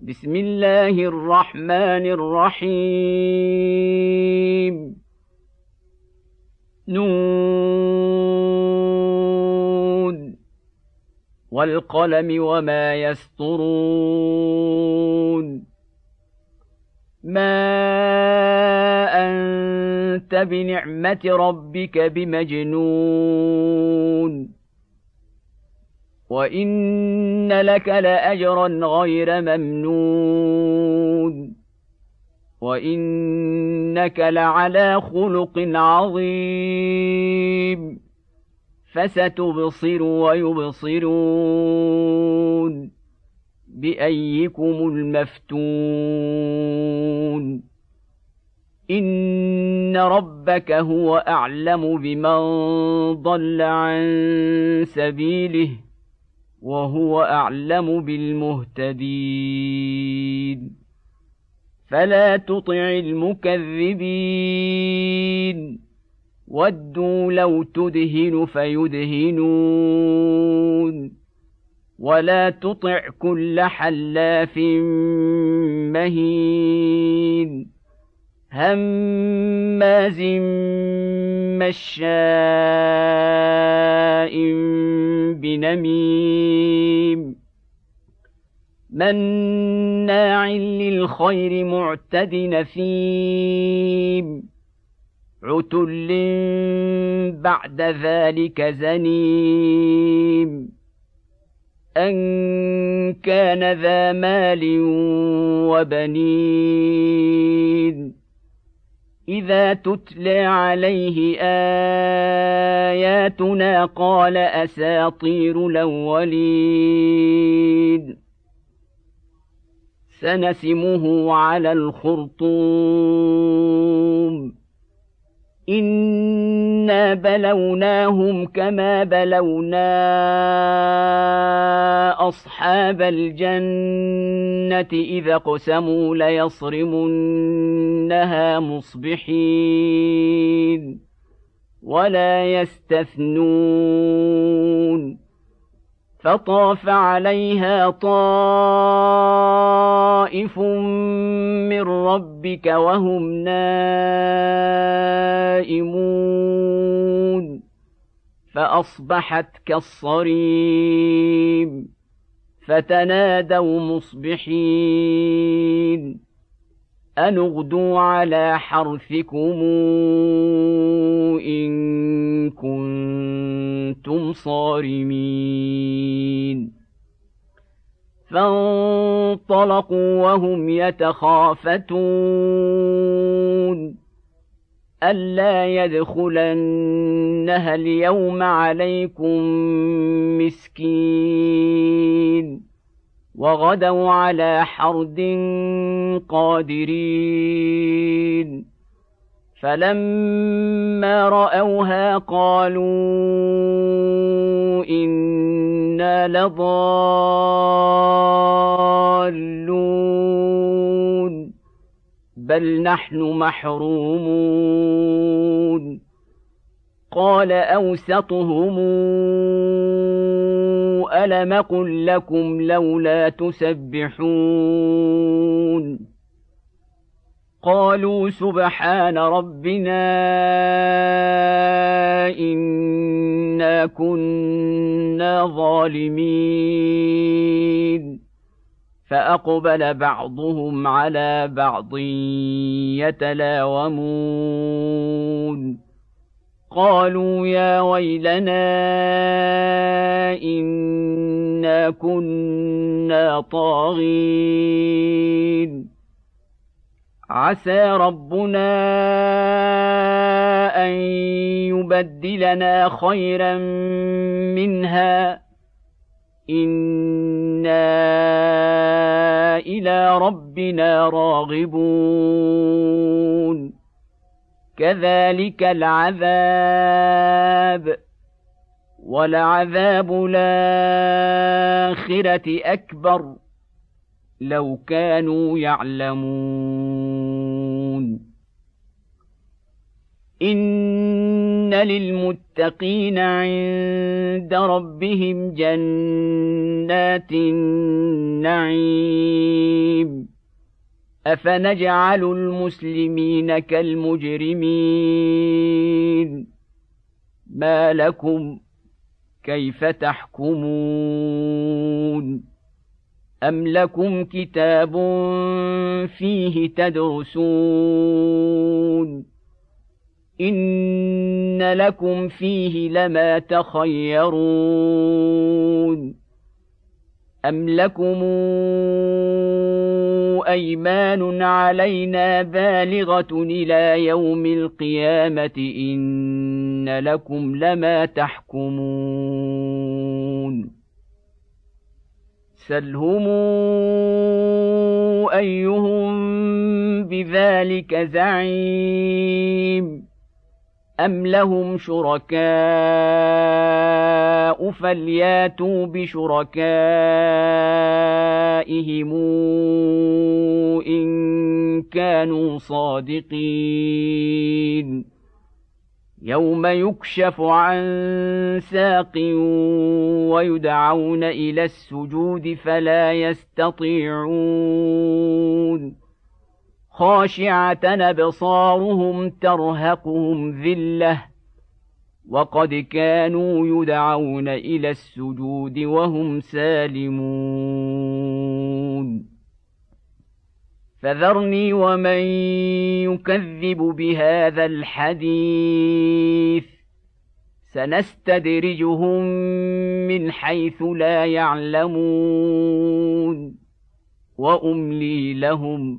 بسم الله الرحمن الرحيم نون والقلم وما يسطرون ما أنت بنعمة ربك بمجنون وإن لك لأجرا غير ممنون وإنك لعلى خلق عظيم فستبصر ويبصرون بأيكم المفتون إن ربك هو أعلم بمن ضل عن سبيله وهو أعلم بالمهتدين فلا تطع المكذبين ودوا لو تدهن فيدهنون ولا تطع كل حلاف مهين هماز مشاء بنميم مناع للخير معتد نثيم عتل بعد ذلك زنيم أن كان ذا مال وبنين إذا تتلى عليه آياتنا قال أساطير الأولين سنسمه على الخرطوم إنا بلوناهم كما بلونا أصحاب الجنة إذا اقسموا ليصرمنها مصبحين ولا يستثنون فطاف عليها طائف من ربك وهم نائمون فأصبحت كالصريم فتنادوا مصبحين أن اغدوا على حرثكم إن كنتم صارمين فانطلقوا وهم يتخافتون ألا يدخلنها اليوم عليكم مسكين وغدوا على حرد قادرين فلما رأوها قالوا إنا لضالون بل نحن محرومون قال أوسطهم ألم قل لكم لولا تسبحون قالوا سبحان ربنا إنا كنا ظالمين فأقبل بعضهم على بعض يتلاومون قالوا يا ويلنا إنا كنا طاغين عسى ربنا أن يبدلنا خيرا منها إنا إلى ربنا راغبون كذلك العذاب ولعذاب الآخرة أكبر لو كانوا يعلمون إن للمتقين عند ربهم جنات النعيم أفنجعل المسلمين كالمجرمين ما لكم كيف تحكمون أم لكم كتاب فيه تدرسون إن لكم فيه لما تخيرون أم لكم أيمان علينا بالغة إلى يوم القيامة إن لكم لما تحكمون سلهم أيهم بذلك زعيم أم لهم شركاء فلياتوا بشركائهم إن كانوا صادقين يوم يكشف عن ساق ويدعون إلى السجود فلا يستطيعون خاشعة أبصارهم ترهقهم ذلة وقد كانوا يدعون إلى السجود وهم سالمون فذرني ومن يكذب بهذا الحديث سنستدرجهم من حيث لا يعلمون وأملي لهم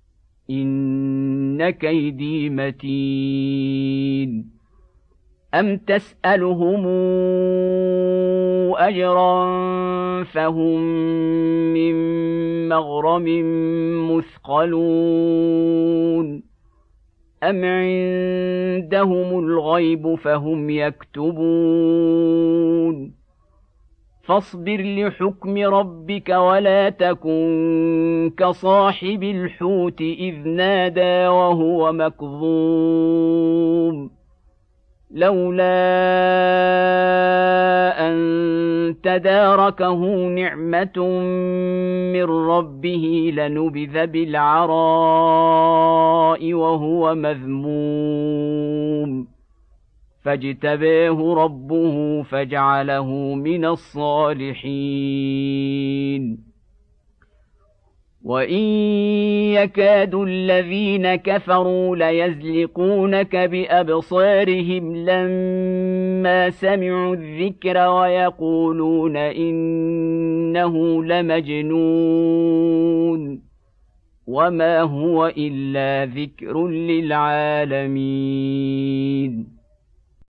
إن كيدي متين أم تسألهم أجرا فهم من مغرم مثقلون أم عندهم الغيب فهم يكتبون فاصبر لحكم ربك ولا تكن كصاحب الحوت إذ نادى وهو مكظوم لولا أن تداركه نعمة من ربه لنبذ بالعراء وهو مذموم فاجتباه ربه فجعله من الصالحين وإن يكاد الذين كفروا ليزلقونك بأبصارهم لما سمعوا الذكر ويقولون إنه لمجنون وما هو إلا ذكر للعالمين